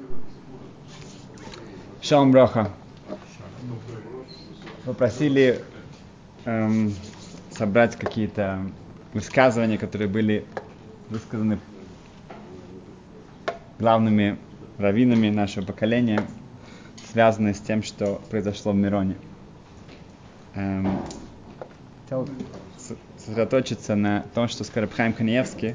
Шалом броха. Попросили собрать какие-то высказывания, которые были высказаны главными раввинами нашего поколения, связанные с тем, что произошло в Мироне. Хотел сосредоточиться на том, что сказал Рав Хаим Каниевский.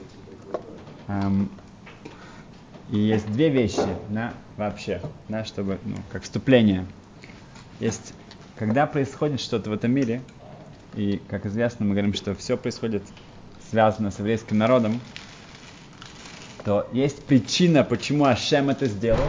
И есть две вещи, вообще, чтобы, как вступление. Есть, когда происходит что-то в этом мире, и, как известно, мы говорим, что все происходит связано с еврейским народом, то есть причина, почему Ашем это сделал,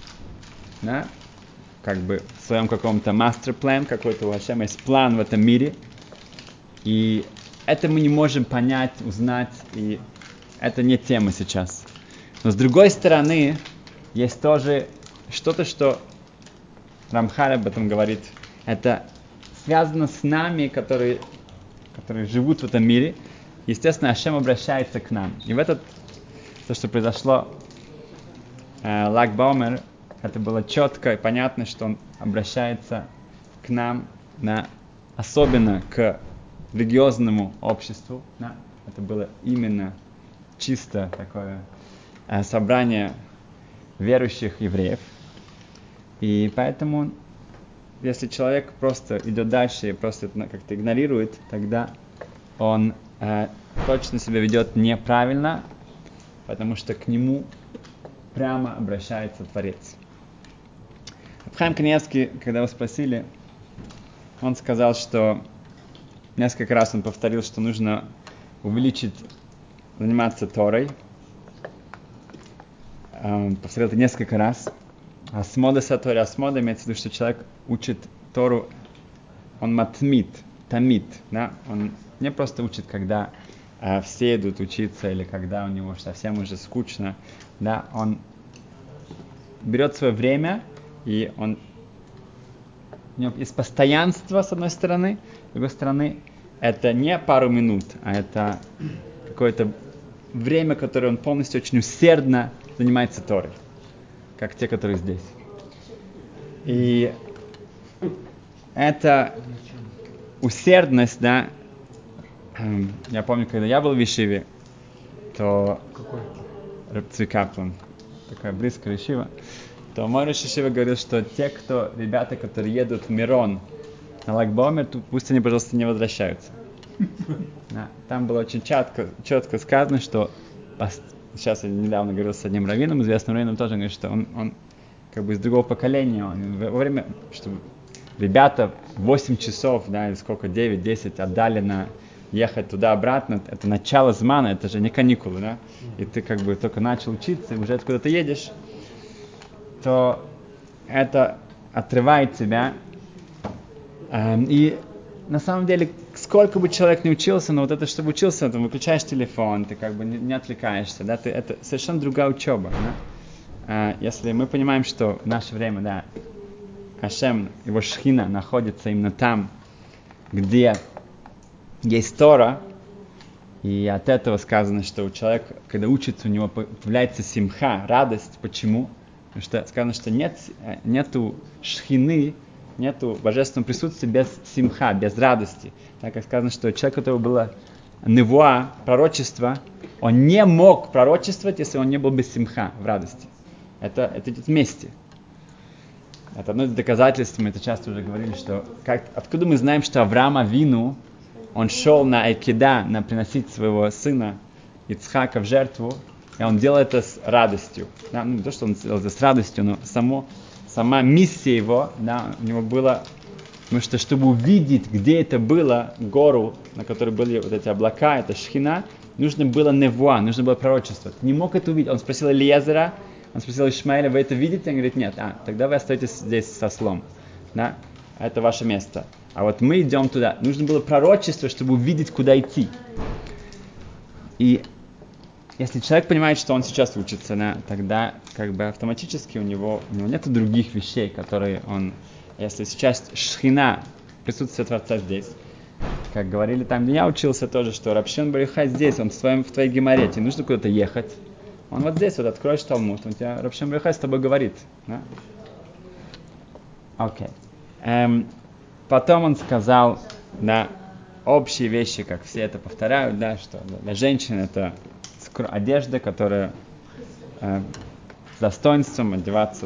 как бы в своем каком-то мастер-план, какой-то у Ашема есть план в этом мире, и это мы не можем понять, узнать, и это не тема сейчас. Но с другой стороны, есть тоже что-то, что Рамхаль об этом говорит. Это связано с нами, которые живут в этом мире. Естественно, Ашем обращается к нам. И в то, что произошло Lag BaOmer, это было четко и понятно, что он обращается к нам, особенно к религиозному обществу. Это было именно чисто такое собрание верующих евреев. И поэтому, если человек просто идет дальше и просто это как-то игнорирует, тогда он точно себя ведет неправильно, потому что к нему прямо обращается Творец. Рав Хаим Каниевский, когда его спросили, он сказал, что несколько раз он повторил, что нужно заниматься Торой. Повторил это несколько раз. Асмода сатори. Асмода имеется в виду, что человек учит Тору, он матмит, тамит. Он не просто учит, когда все идут учиться, или когда у него совсем уже скучно. Он берет свое время, и у него есть постоянство, с одной стороны, с другой стороны, это не пару минут, а это какое-то время, которое он полностью очень усердно занимается Торой, как те, которые здесь. И эта усердность, я помню, когда я был в Ешиве, то Рав Цви Каплан, такая близкая Ешива, то мой Рош Ешива говорил, что ребята, которые едут в Мирон на Lag BaOmer, пусть они, пожалуйста, не возвращаются. Там было очень четко сказано, что сейчас я недавно говорил с одним раввином, известным раввином, тоже говорит, что он как бы из другого поколения. Во время, что ребята 8 часов, или сколько, 9-10 отдали на ехать туда-обратно, это начало змана, это же не каникулы, и ты как бы только начал учиться, и уже откуда ты едешь, то это отрывает тебя. И на самом деле, сколько бы человек ни учился, но это, чтобы учился, ты выключаешь телефон, ты как бы не отвлекаешься, это совершенно другая учеба. Если мы понимаем, что в наше время, Ашем, его шхина находится именно там, где есть Тора, и от этого сказано, что у человека, когда учится, у него появляется симха, радость. Почему? Потому что сказано, что нету шхины, нету божественного присутствия без симха, без радости. Так как сказано, что человек, у которого было невуа, пророчество, он не мог пророчествовать, если он не был без симха, в радости. Это идет вместе. Это одно из доказательств, мы это часто уже говорили, что откуда мы знаем, что Авраам Авину, он шел на Экеда, на приносить своего сына Ицхака в жертву, и он делал это с радостью. Не то, что он делал это с радостью, но сама миссия его, у него была, потому что, чтобы увидеть, где это было, гору, на которой были вот эти облака, это шхина, нужно было невуа, нужно было пророчество. Ты не мог это увидеть. Он спросил Элиезера, он спросил Ишмаэля, вы это видите? Он говорит, нет. Тогда вы остаетесь здесь со ослом. Это ваше место. А вот мы идем туда. Нужно было пророчество, чтобы увидеть, куда идти. И если человек понимает, что он сейчас учится, тогда как бы автоматически у него нет других вещей, которые он... Если сейчас шхина, присутствие Творца здесь, как говорили там, где я учился тоже, что Рав Шимон бар Йохай здесь, он в твоей гемаре, тебе нужно куда-то ехать, Он вот здесь вот откроешь Талмуд, он тебя Рав Шимон бар Йохай с тобой говорит. Да? Окей. Потом он сказал, да, общие вещи, как все это повторяют, да, что для женщин это одежда, которая с достоинством одеваться.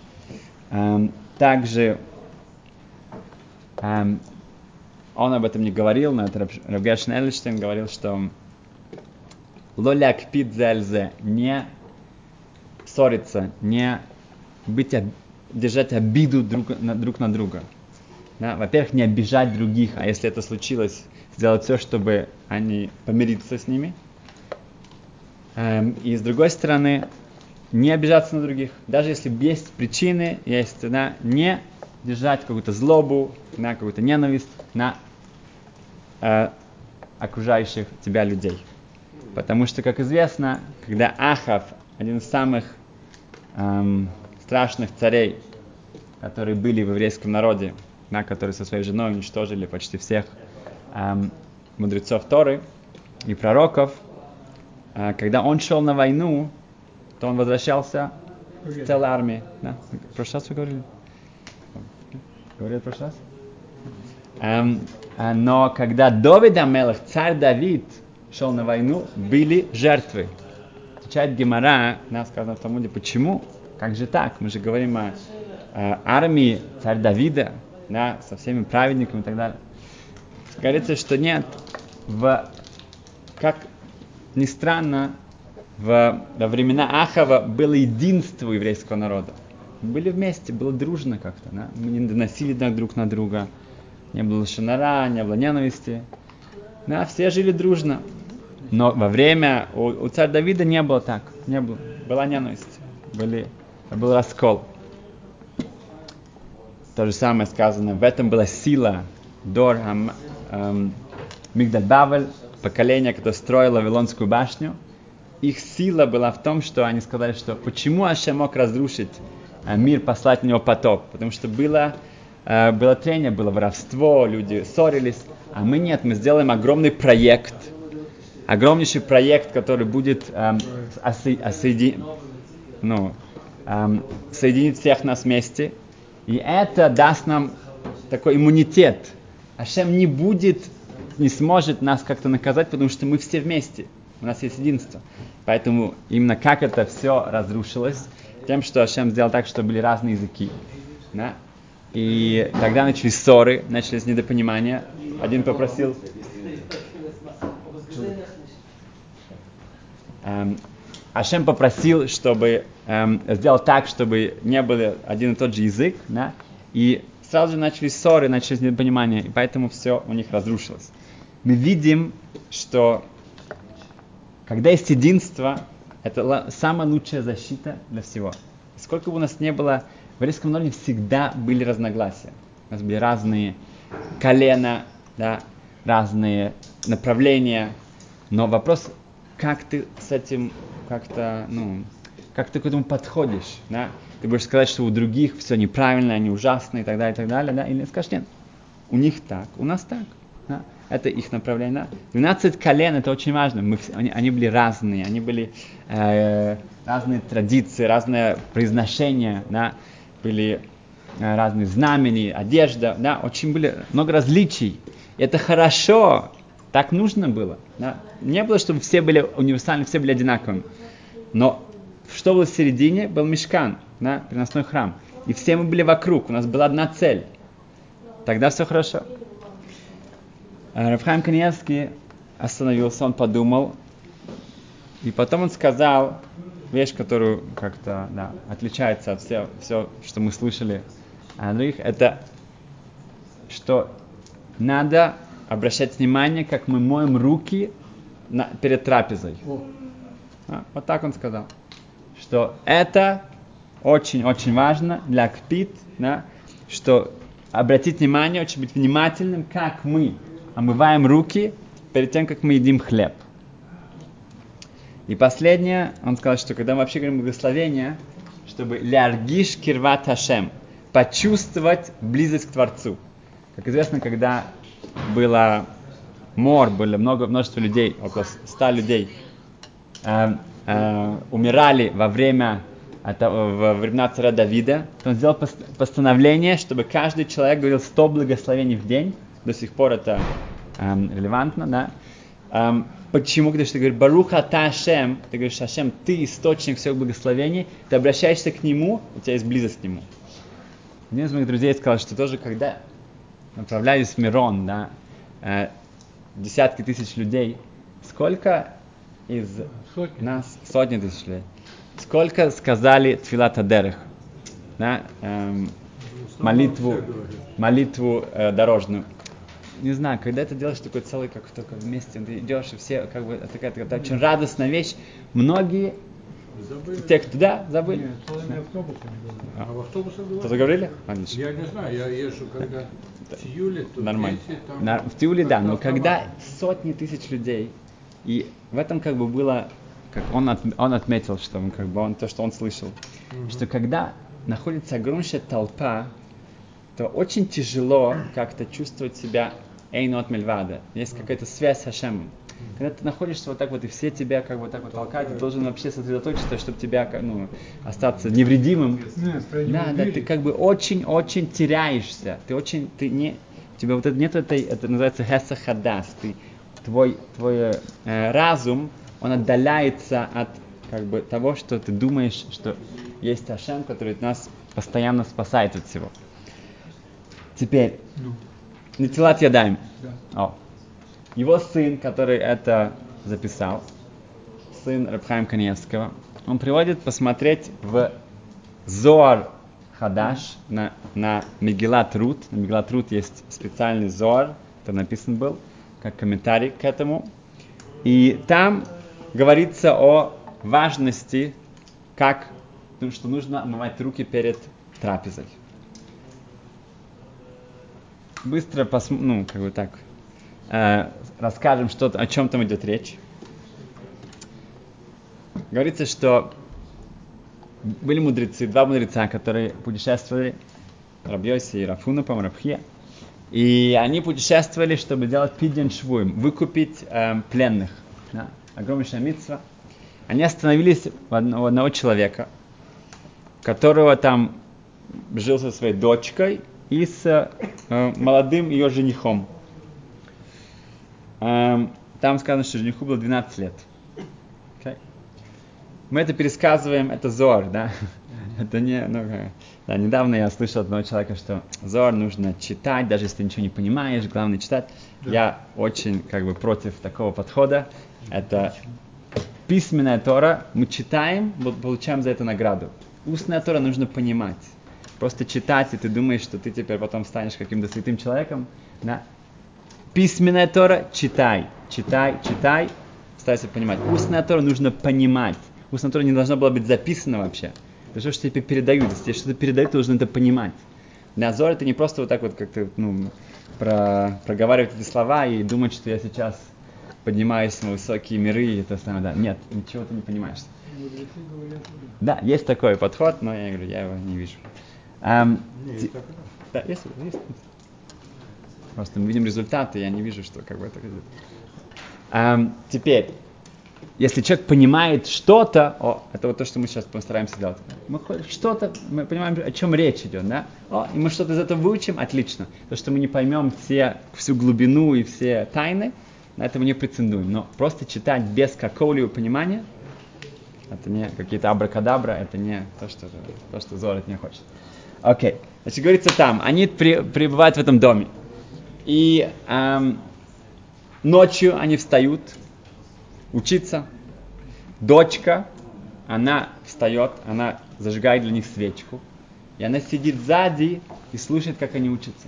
Также он об этом не говорил, но это Рав Гершон Эдельштейн говорил, что лоляк пит зальзе, не ссориться, не держать обиду друг на друга. Да? Во-первых, не обижать других, а если это случилось, сделать все, чтобы они помириться с ними. И с другой стороны, не обижаться на других. Даже если есть причины, есть, да, не держать какую-то злобу, на какую-то ненависть на окружающих тебя людей. Потому что, как известно, когда Ахав, один из самых страшных царей, которые были в еврейском народе, да, которые со своей женой уничтожили почти всех мудрецов Торы и пророков, когда он шел на войну, то он возвращался с целой армией. Да? В прошлый раз вы говорили? Говорили в прошлый раз? Но когда Давид ха-Мелех, царь Давид, шел на войну, были жертвы. Отвечает Гемара, нас сказано в Талмуде, почему? Как же так? Мы же говорим о армии царя Давида, да, со всеми праведниками и так далее. Говорится, что нет. Как ни странно, во времена Ахава было единство еврейского народа. Мы были вместе, было дружно как-то. Да? Мы не доносили друг на друга. Не было шанара, не было ненависти. Да, все жили дружно. Но во время у царя Давида не было так. Не было. Была ненависть. Был раскол. То же самое сказано. В этом была сила Дор Мигдаль Бавель, поколение, которое строило Вавилонскую башню. Их сила была в том, что они сказали, что почему Ашем мог разрушить мир, послать на него потоп? Потому что было трение, было воровство, люди ссорились. А мы нет, мы сделаем огромный проект, огромнейший проект, который будет соединить всех нас вместе. И это даст нам такой иммунитет. Ашем не сможет нас как-то наказать, потому что мы все вместе. У нас есть единство. Поэтому именно как это все разрушилось, тем, что Ашем сделал так, что были разные языки. Да? И тогда начались ссоры, начались недопонимания. Один попросил... Ашем попросил, чтобы сделал так, чтобы не был один и тот же язык, да? И сразу же начались ссоры, начались недопонимания, и поэтому все у них разрушилось. Мы видим, что когда есть единство, это самая лучшая защита для всего. Сколько бы у нас не было, в еврейском народе всегда были разногласия. У нас были разные колена, да, разные направления, но вопрос, как ты с этим как-то, как ты к этому подходишь, да? Ты будешь сказать, что у других все неправильно, они ужасные и так далее, да? Или скажешь, нет, у них так, у нас так, да? Это их направление. Да? 12 колен, это очень важно, они были разные, они были разные традиции, разное произношение, да? Были разные знамения, одежда, да? Очень были много различий. Это хорошо, так нужно было. Да? Не было, чтобы все были универсальны, все были одинаковыми. Но что было в середине? Был мишкан, да? Переносной храм. И все мы были вокруг, у нас была одна цель. Тогда все хорошо. Рав Хаим Каниевский остановился, он подумал. И потом он сказал вещь, которую как-то отличается от всего, что мы слышали от других. Это, что надо обращать внимание, как мы моем руки перед трапезой. Вот так он сказал. Что это очень-очень важно для кпит, да, что обратить внимание, очень быть внимательным, как мы омываем руки перед тем, как мы едим хлеб. И последнее, он сказал, что когда мы вообще говорим благословение, чтобы ляргиш кирват Хашем, почувствовать близость к Творцу. Как известно, когда было множество людей, около 100 людей, умирали во времена царя Давида, то он сделал постановление, чтобы каждый человек говорил 100 благословений в день. До сих пор это релевантно, да? Почему? Потому что ты говоришь, Барух ата Ашем, ты говоришь, Ашем, ты источник всех благословений, ты обращаешься к нему, у тебя есть близость к нему. Один из моих друзей сказал, что тоже, когда направлялись в Мирон, да, десятки тысяч людей, сколько из нас, сотни тысяч людей, сколько сказали Тфилат Адерех, да, молитву дорожную. Не знаю, когда ты делаешь такой целый, как только вместе, ты идешь, и все, как бы, такая очень радостная вещь. Многие, забыли. те, кто, да, забыли. Нет, целыми автобусами было. А в автобусах было? Что-то говорили? Я не знаю, я езжу, когда в Тиюле, то Нормально. вместе там... В Тиюле, да, но когда сотни тысяч людей, и в этом как бы было, как он отметил, что он, как бы, то, что он слышал, что когда находится огромнейшая толпа, то очень тяжело как-то чувствовать себя эйнот мельвада. Есть какая-то связь с Хашемом. Когда ты находишься вот так вот, и все тебя как бы вот так вот толкают, ты должен вообще сосредоточиться, чтобы тебя, остаться невредимым. Да, ты как бы очень-очень теряешься. У тебя вот это нет это называется хесахадас. Твой разум, он отдаляется от как бы того, что ты думаешь, что есть Хашем, который нас постоянно спасает от всего. Теперь, Нетилат Ядаим. Его сын, который это записал, сын Рав Хаим Каневского, он приводит посмотреть в Зоар Хадаш на Мегилат Рут. На Мегилат Рут есть специальный Зоар, который написан был, как комментарий к этому. И там говорится о важности, что нужно омывать руки перед трапезой. Быстро расскажем, о чем там идет речь. Говорится, что были два мудреца, которые путешествовали, Рав Йоси и Рав Хуна, по-моему, Рав Хия, и они путешествовали, чтобы делать пидьян швуим, выкупить пленных. Да? Огромнейшая мицва. Они остановились у одного человека, которого там жил со своей дочкой и с молодым ее женихом. Там сказано, что жениху было 12 лет. Okay. Мы это пересказываем, это Зоар, да? Это не, недавно я слышал от одного человека, что Зоар нужно читать, даже если ты ничего не понимаешь, главное читать. Да. Я очень против такого подхода. Это письменная Тора, мы читаем, получаем за это награду. Устная Тора нужно понимать. Просто читать, и ты думаешь, что ты теперь потом станешь каким-то святым человеком, да? Письменная Тора читай, старайся понимать. Устная Тора нужно понимать. Устная Тора не должна была быть записана вообще. Это что тебе передают. Если тебе что-то передают, ты должен это понимать. Для Зора это не просто вот так вот как-то проговаривать эти слова и думать, что я сейчас поднимаюсь на высокие миры и это самое. Да. Нет, ничего ты не понимаешь. Да, есть такой подход, но я говорю, я его не вижу. Да, есть. Просто мы видим результаты, я не вижу, что это. Теперь, если человек понимает что-то, это вот то, что мы сейчас постараемся сделать. Мы понимаем, о чем речь идет, да? И мы что-то из этого выучим, отлично. То, что мы не поймем всю глубину и все тайны, на это мы не претендуем. Но просто читать без какого-либо понимания, это не какие-то абракадабра, это не то, что Зор от меня хочет. Окей. Значит, говорится там, они пребывают в этом доме. И ночью они встают учиться. Дочка, она встает, она зажигает для них свечку. И она сидит сзади и слушает, как они учатся.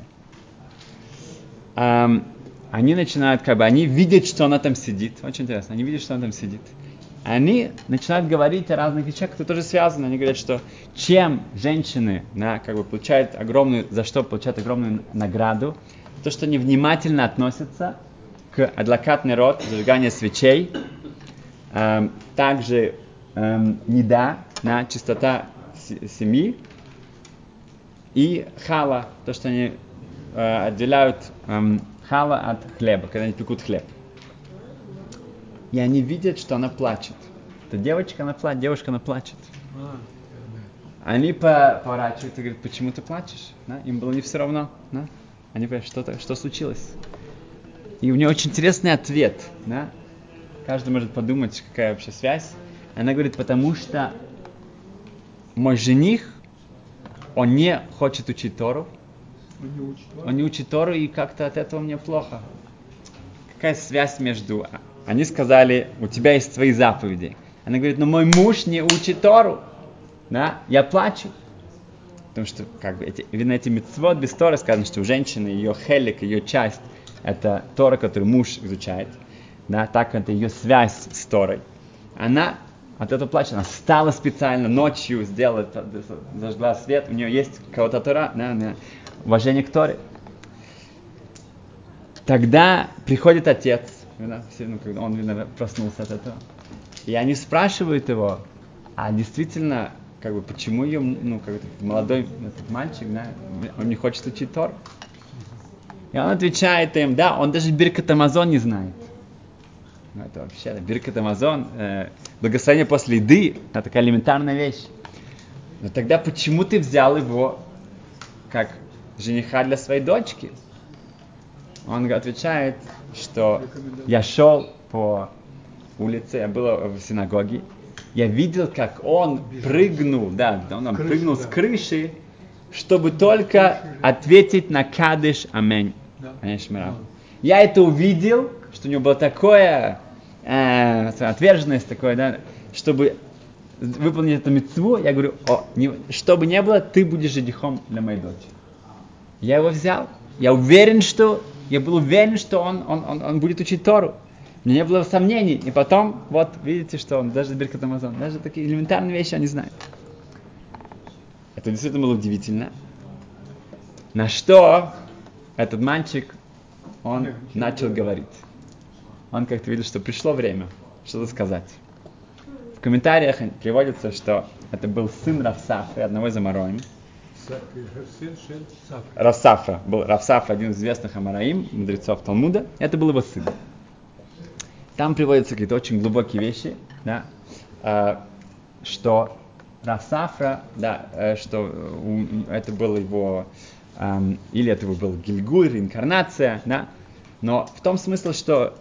Они начинают, они видят, что она там сидит. Очень интересно, они видят, что она там сидит. Они начинают говорить о разных вещах, которые тоже связаны. Они говорят, что чем женщины получают огромную награду, то, что они внимательно относятся к адлакат нерот, зажиганию свечей, также неда, чистота семьи, и хала, то, что они отделяют хала от хлеба, когда они пекут хлеб. И они видят, что она плачет. Это девушка, она плачет. Они поворачиваются и говорят, почему ты плачешь? Да? Им было не все равно. Да? Они говорят, что случилось? И у нее очень интересный ответ. Да? Каждый может подумать, какая вообще связь. Она говорит, потому что мой жених, он не хочет учить Тору. Он не учит Тору, и как-то от этого мне плохо. Какая связь между... Они сказали, у тебя есть свои заповеди. Она говорит, но мой муж не учит Тору. Да? Я плачу. Потому что видно эти мицвот без Торы сказано, что у женщины ее хелик, ее часть, это Тора, которую муж изучает. Да? Так это ее связь с Торой. Она от этого плачет. Она встала специально ночью, зажгла свет. У нее есть кого-то Тора, да, уважение к Торе. Тогда приходит отец, когда он, видно, проснулся от этого. И они спрашивают его, а действительно, почему ее, молодой этот мальчик, да, он не хочет учить Тору? И он отвечает им, да, он даже Биркат Амазон не знает. Это вообще, Биркат Амазон, благословение после еды, это такая элементарная вещь. Но тогда почему ты взял его как жениха для своей дочки? Он отвечает, что я шел по улице, я был в синагоге, я видел, как он прыгнул, он прыгнул с крыши, чтобы только ответить на Кадиш Амень. Я это увидел, что у него была такая отверженность, чтобы выполнить эту мицву. Я говорю, что бы ни было, ты будешь женихом для моей дочери. Я его взял. Я был уверен, что он будет учить Тору. У меня не было сомнений. И потом, видите, что он даже Биркат Амазон, даже такие элементарные вещи он не знает. Это действительно было удивительно. На что этот мальчик, он начал говорить. Он как-то видел, что пришло время что-то сказать. В комментариях приводится, что это был сын Равсафы, одного из Амароим. Равсафа. Был Равсафа, один из известных Амараим, мудрецов Талмуда. Это был его сын. Там приводятся какие-то очень глубокие вещи, да, что Равсафа, это был его, или это был Гильгуль, реинкарнация, да, но в том смысле, что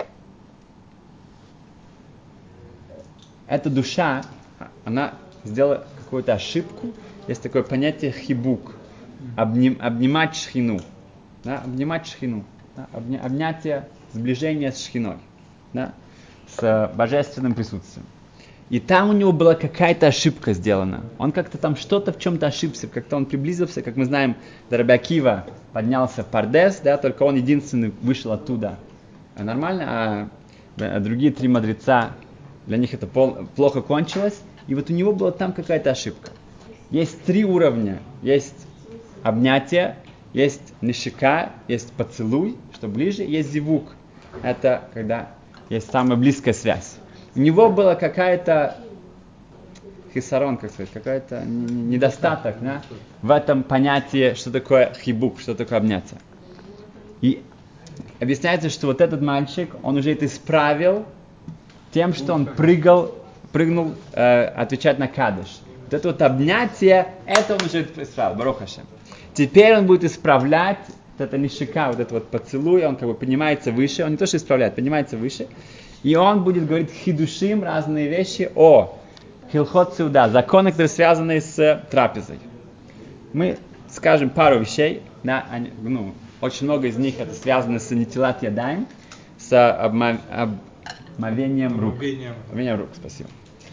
эта душа, она сделала какую-то ошибку. Есть такое понятие хибук, обнимать шхину, да, обнимать шхину, да, обнятие, сближение с шхиной, да, с божественным присутствием. И там у него была какая-то ошибка сделана. Он как-то там что-то в чем-то ошибся, как-то он приблизился, как мы знаем, Раби Акива поднялся в Пардес, да, только он единственный вышел оттуда нормально, а другие три мудреца, для них это плохо кончилось, и вот у него была там какая-то ошибка. Есть три уровня. Есть обнятие, есть нишика, есть поцелуй, что ближе, есть зивук. Это когда есть самая близкая связь. У него была какая-то хисарон, какой-то недостаток, да, в этом понятии, что такое хибук, что такое обнятие. И объясняется, что вот этот мальчик, он уже это исправил тем, что он прыгнул отвечать на кадыш. Вот это вот обнятие, это он уже исправил, Барух Хашем. Теперь он будет исправлять вот это нишика, вот это вот поцелуй, он поднимается выше, он не то что исправляет, поднимается выше, и он будет говорить хидушим, разные вещи о хилхот сеуда, законы, которые связаны с трапезой. Мы скажем пару вещей, да, очень много из них это связано с нитилат ядаем, с омовением рук. Омовением рук, спасибо.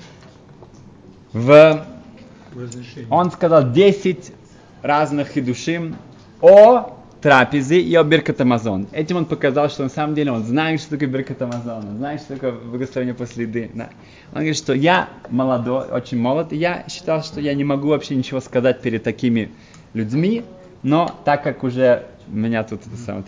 Он сказал 10 разных хидушим о трапезе и о Биркат Амазон. Этим он показал, что на самом деле он знает, что такое Биркат Амазон, он знает, что такое благословение после еды. Да. Он говорит, что я молодой, очень молод, и я считал, что я не могу вообще ничего сказать перед такими людьми, но так как уже меня тут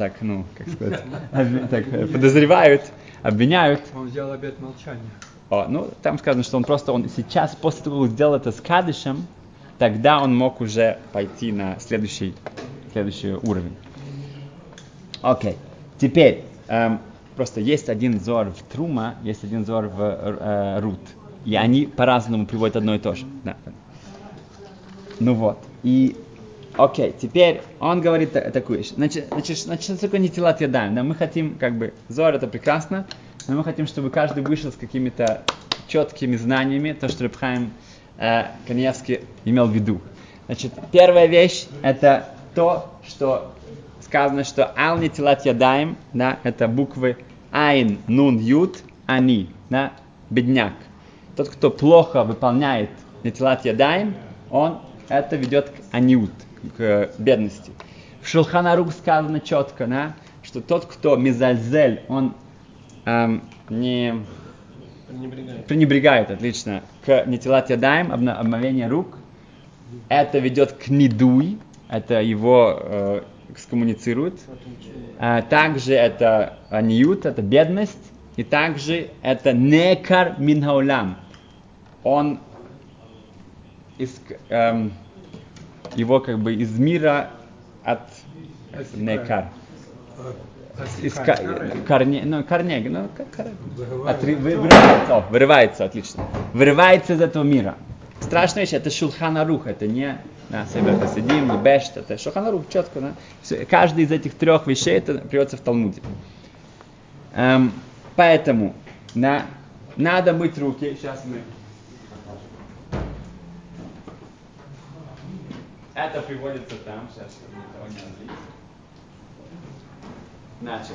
подозревают, обвиняют. Он взял обет молчания. Там сказано, что он сейчас, после того, как сделал это с кадышем, тогда он мог уже пойти на следующий уровень. Окей. Теперь, просто есть один зор в Трума, есть один зор в Рут. И они по-разному приводят одно и то же. Да. Ну вот. И окей, теперь он говорит такую вещь. Значит, что такое нетилат ядаем? Да, мы хотим, Зоар это прекрасно, но мы хотим, чтобы каждый вышел с какими-то четкими знаниями, то, что Реб Хаим Каневский имел в виду. Значит, первая вещь, это то, что сказано, что ал нетилат ядаем, да, это буквы айн, нун, ют, ани, да, бедняк. Тот, кто плохо выполняет нетилат ядаем, это ведет к аниут, к бедности. В Шулхан Арух сказано четко, да, что тот, кто мизальзель, он не пренебрегает, отлично, к нетилат ядаем, обмовение рук, это ведет к нидуй, это его экскоммуницирует. Также это аниют, это бедность, и также это некар минхаулам. Он его из мира от некар. Из корней, вырывается, отлично. Вырывается из этого мира. Страшная вещь, это Шулхан Арух, это не Сейбер Хасидим, не Бешт, это Шулхан Арух, четко, да? Каждый из этих трех вещей это приводится в Талмуде. Поэтому надо мыть руки. Сейчас мы. Это приводится там. Сейчас никого не отбить. Значит,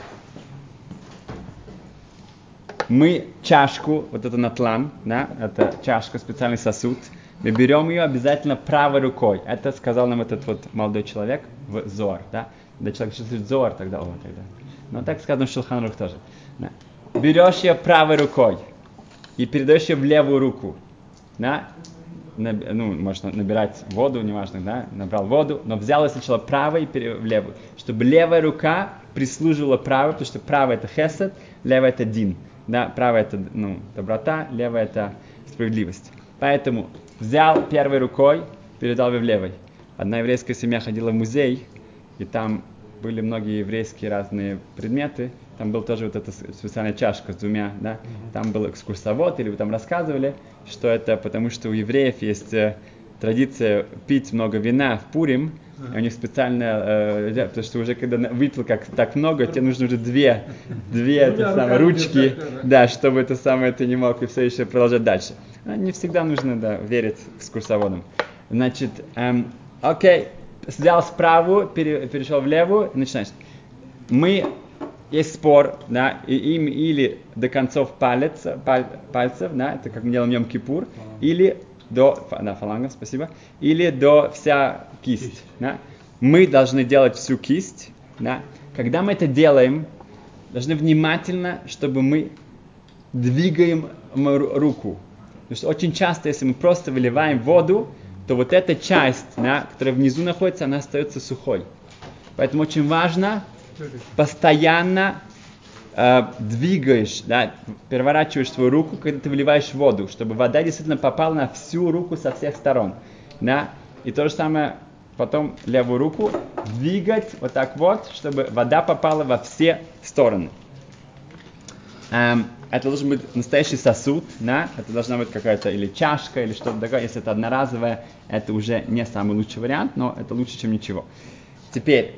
мы чашку, вот это натлан, да, это чашка, специальный сосуд, мы берем ее обязательно правой рукой. Это сказал нам этот вот молодой человек в Зоар, да. Когда человек слышит Зоар, тогда. Но так сказано в Шулхан Арух тоже. Да. Берешь ее правой рукой и передаешь ее в левую руку, да. Можно набирать воду, неважно, да, набрал воду, но взял и сначала правой и в левую, чтобы левая рука прислуживала правой, потому что правая это хесед, левая это дин, да, правая это, доброта, левая это справедливость. Поэтому взял первой рукой, передал в левой. Одна еврейская семья ходила в музей, и там были многие еврейские разные предметы, там была тоже вот эта специальная чашка с двумя, да, там был экскурсовод, или вы там рассказывали, что это потому, что у евреев есть традиция пить много вина в Пурим, у них специально, потому что уже когда выпил так много, тебе нужно уже две ручки, да, чтобы ты не мог и все еще продолжать дальше. Не всегда нужно, верить экскурсоводам. Значит, окей, взял справа, перешел в левую, и начинаешь. Есть спор, да, им или до концов пальцев, да, это как мы делаем Йом-Кипур, или до фалангов, спасибо, или до вся кисть, да. Мы должны делать всю кисть, да. Когда мы это делаем, должны внимательно, чтобы мы двигаем руку. Потому что очень часто, если мы просто выливаем воду, то вот эта часть, да, которая внизу находится, она остается сухой. Поэтому очень важно постоянно двигаешь, да, переворачиваешь свою руку, когда ты выливаешь воду, чтобы вода действительно попала на всю руку со всех сторон. Да? И то же самое потом левую руку двигать вот так вот, чтобы вода попала во все стороны. Это должен быть настоящий сосуд, да? Это должна быть какая-то или чашка, или что-то такое. Если это одноразовое, это уже не самый лучший вариант, но это лучше, чем ничего. Теперь,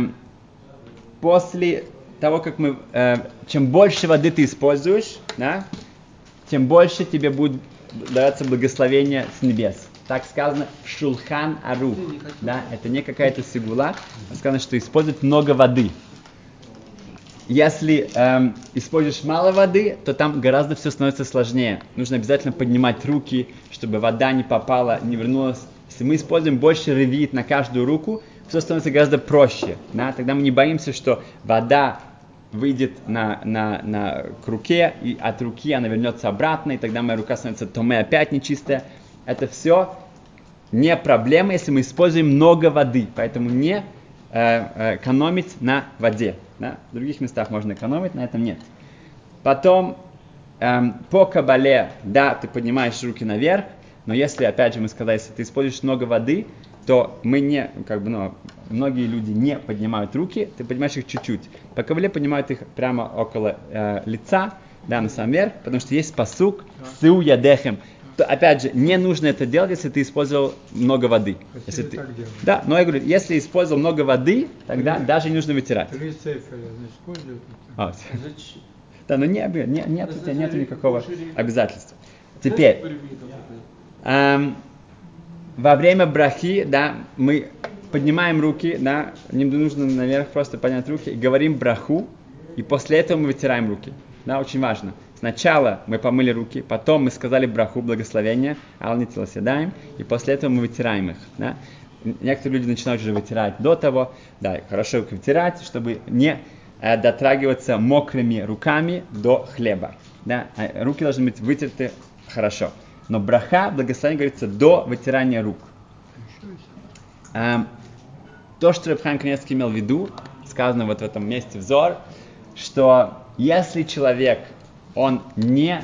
после того, как чем больше воды ты используешь, да, тем больше тебе будет даваться благословение с небес. Так сказано в Шулхан Арух. Да, это не какая-то сигула, а сказано, что используют много воды. Если используешь мало воды, то там гораздо все становится сложнее. Нужно обязательно поднимать руки, чтобы вода не попала, не вернулась. Если мы используем больше ревит на каждую руку, все становится гораздо проще. Да? Тогда мы не боимся, что вода выйдет к руке, и от руки она вернется обратно, и тогда моя рука становится томе опять нечистая. Это все не проблема, если мы используем много воды. Поэтому не экономить на воде. Да? В других местах можно экономить, на этом нет. Потом по кабале, да, ты поднимаешь руки наверх, но если, опять же, мы сказали, если ты используешь много воды, то многие люди не поднимают руки, ты поднимаешь их чуть-чуть. По кабале поднимают их прямо около лица, да, на сам верх, потому что есть пасук «Сыу ядехем». То, опять же, не нужно это делать, если ты использовал много воды. Если ты... Да, но я говорю, если использовал много воды, тогда даже не нужно вытирать. Да, но нету никакого обязательства. Теперь, во время брахи, да, мы поднимаем руки, да, не нужно наверх просто поднять руки, и говорим браху, и после этого мы вытираем руки. Да, очень важно. Сначала мы помыли руки, потом мы сказали браху, благословение, алнитила седаем, и после этого мы вытираем их. Да. Некоторые люди начинают уже вытирать до того, да, хорошо их вытирать, чтобы не дотрагиваться мокрыми руками до хлеба. Да. Руки должны быть вытерты хорошо. Но браха, благословение, говорится до вытирания рук. То, что Реб Хаим Каневский имел в виду, сказано вот в этом месте взор, что если человек, он не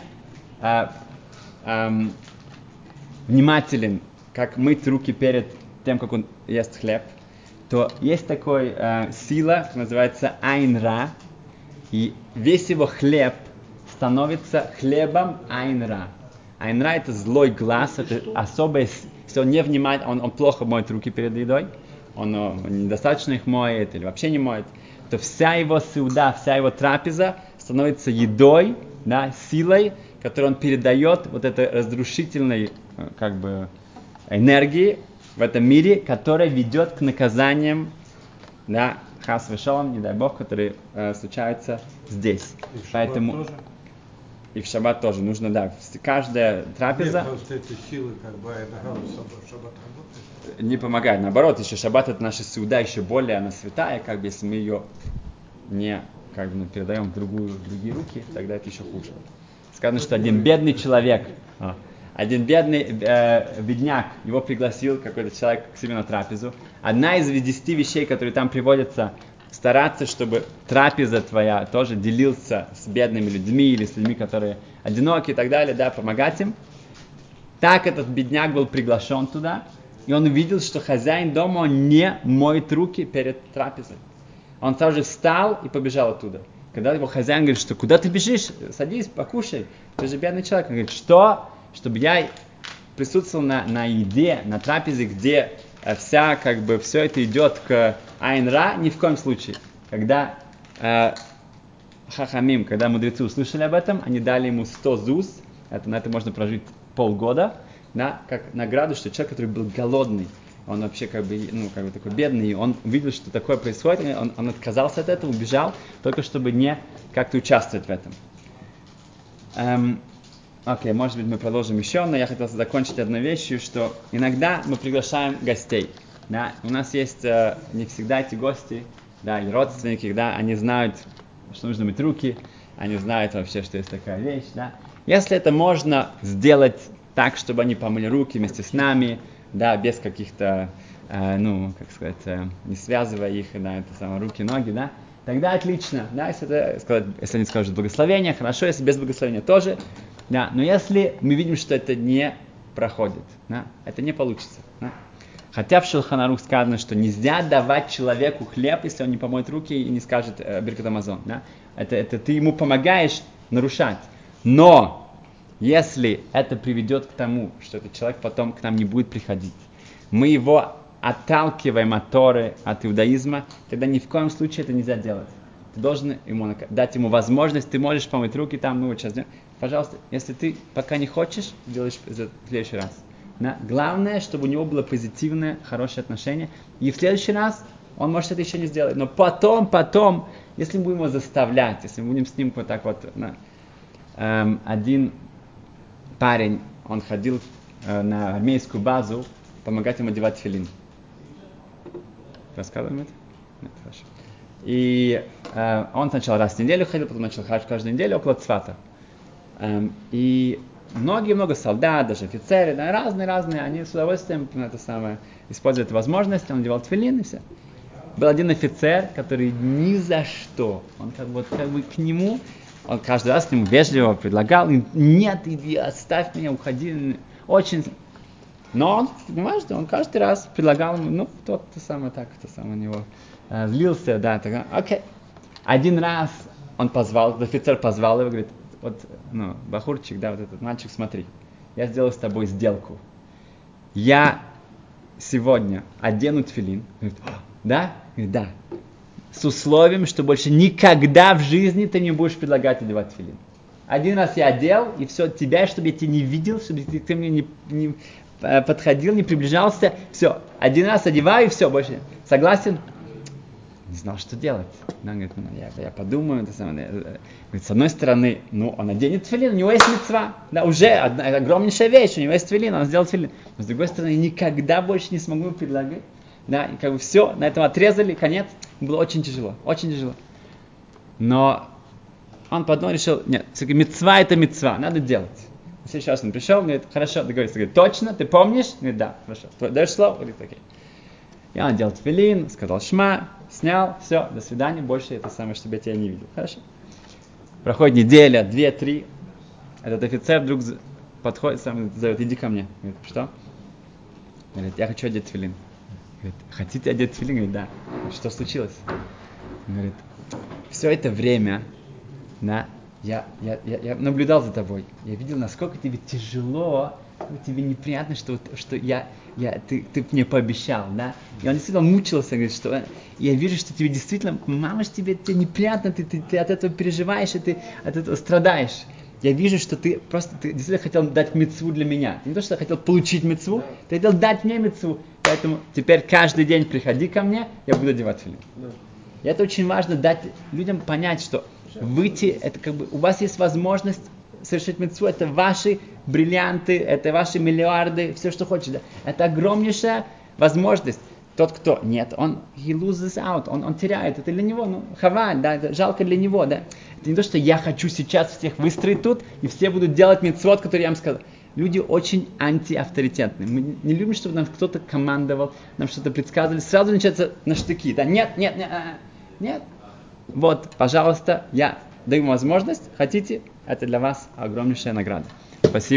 внимателен, как мыть руки перед тем, как он ест хлеб, то есть такая сила, называется айн-ра, и весь его хлеб становится хлебом айн-ра. Айн-ра — это злой глаз, это особое, если он не внимательный, он плохо моет руки перед едой, он недостаточно их моет или вообще не моет, то вся его сеуда, вся его трапеза становится едой, да, силой, которую он передает вот этой разрушительной как бы энергии в этом мире, которая ведет к наказаниям, да, хас вешалом, не дай бог, которые случаются здесь. И поэтому тоже? И в шаббат тоже нужно, да, каждая трапеза... Нет, просто эти силы, как бы, шаббат работает? Не помогает, наоборот, еще шаббат — это наша сеуда, еще более она святая, как бы, если мы ее не, как бы, передаем в другие руки, тогда это еще хуже. Сказано, что один бедный человек, один бедный бедняк, его пригласил какой-то человек к себе на трапезу. Одна из 10 вещей, которые там приводятся, стараться, чтобы трапеза твоя тоже делился с бедными людьми или с людьми, которые одиноки и так далее, да, помогать им. Так этот бедняк был приглашен туда, и он увидел, что хозяин дома, он не моет руки перед трапезой. Он сразу же встал и побежал оттуда. Когда его хозяин говорит, что куда ты бежишь, садись, покушай, ты же бедный человек. Он говорит, что? Чтобы я присутствовал на еде, на трапезе, где вся, как бы, все это идет к айн-ра, ни в коем случае. Когда хахамим, когда мудрецы услышали об этом, они дали ему 100 зуз, на это можно прожить полгода, да, как награду, что человек, который был голодный, он вообще как бы такой бедный, он увидел, что такое происходит, он отказался от этого, убежал, только чтобы не как-то участвовать в этом. Окей, может быть, мы продолжим еще, но я хотел закончить одной вещью, что иногда мы приглашаем гостей. Да? У нас есть не всегда эти гости, да, и родственники, да, они знают, что нужно мыть руки, они знают вообще, что есть такая вещь. Да? Если это можно сделать так, чтобы они помыли руки вместе с нами, да, без каких-то, не связывая их, да, это самое, руки, ноги, да, тогда отлично, да, если они скажут благословение, хорошо, если без благословения тоже, да, но если мы видим, что это не проходит, да, это не получится, да. Хотя в Шулхан Арух сказано, что нельзя давать человеку хлеб, если он не помоет руки и не скажет Биркат Амазон, да, это ты ему помогаешь нарушать, но если это приведет к тому, что этот человек потом к нам не будет приходить, мы его отталкиваем от Торы, от иудаизма, тогда ни в коем случае это нельзя делать. Ты должен дать ему возможность, ты можешь помыть руки там, мы вот сейчас делаем. Пожалуйста, если ты пока не хочешь, делаешь в следующий раз. Да? Главное, чтобы у него было позитивное, хорошее отношение. И в следующий раз он может это еще не сделать. Но потом, если мы будем его заставлять, если мы будем с ним вот так вот... один парень, он ходил на армейскую базу помогать им одевать тфилин. Рассказываем это? Нет, хорошо. И он сначала раз в неделю ходил, потом начал ходить каждую неделю около Цфата. И много солдат, даже офицеры, да, разные, они с удовольствием используют возможность, он одевал тфилин и все. Был один офицер, который ни за что, он как бы к нему, он каждый раз к нему вежливо предлагал, нет, иди, оставь меня, уходи, очень... Но он, понимаешь, он каждый раз предлагал ему, то самое на него злился, да, так, окей. Один раз он позвал, офицер позвал его, говорит, бахурчик, да, вот этот мальчик, смотри, я сделаю с тобой сделку. Я сегодня одену тфилин. Говорит, да? Говорит, да. С условием, что больше никогда в жизни ты не будешь предлагать одевать тфилин. Один раз я одел, и все, тебя, чтобы я тебя не видел, чтобы ты мне не подходил, не приближался. Все, один раз одеваю, и все, больше. Согласен? Не знал, что делать. Она говорит, я подумаю. Говорит, с одной стороны, он оденет тфилин, у него есть мицва. Да, уже огромнейшая вещь, у него есть тфилин, он сделал тфилин. Но с другой стороны, никогда больше не смогу предлагать. Да, и все, на этом отрезали, конец. Было очень тяжело, очень тяжело. Но он подумал, решил, нет, мицва это мицва, надо делать. В следующий раз он пришел, говорит, хорошо, договорился. Говорит, точно, ты помнишь? Говорит, да, хорошо. Даешь слово? Говорит, окей. И он делал тфилин, сказал шма, снял, все, до свидания, больше это самое, чтобы я тебя не видел. Хорошо. Проходит неделя, 2-3. Этот офицер вдруг подходит, сам зовет, иди ко мне. Говорит, что? Говорит, я хочу одеть тфилин. Говорит, хотите одеть тфилин? Говорит, да. Говорит, что случилось? Говорит, все это время, да, я наблюдал за тобой. Я видел, насколько тебе тяжело, тебе неприятно, что ты мне пообещал, да. И он действительно мучился, говорит, что я вижу, что тебе действительно, мама ж тебе неприятно, ты от этого переживаешь, и ты от этого страдаешь. Я вижу, что ты действительно хотел дать мицву для меня. Ты не то, что хотел получить мицву, ты хотел дать мне мицву. Поэтому теперь каждый день приходи ко мне, я буду одевать тфилин. И это очень важно дать людям понять, что выйти, это у вас есть возможность совершить мицву, это ваши бриллианты, это ваши миллиарды, все, что хочешь. Да. Это огромнейшая возможность. Тот, кто нет, he loses out, он теряет. Это для него, хаваль, да, это жалко для него, да. Это не то, что я хочу сейчас всех выстроить тут, и все будут делать мицвот, который я им сказал. Люди очень антиавторитетные. Мы не любим, чтобы нам кто-то командовал, нам что-то предсказывали. Сразу начинаются на штыки. Да, нет. Вот, пожалуйста, я даю вам возможность. Хотите? Это для вас огромнейшая награда. Спасибо.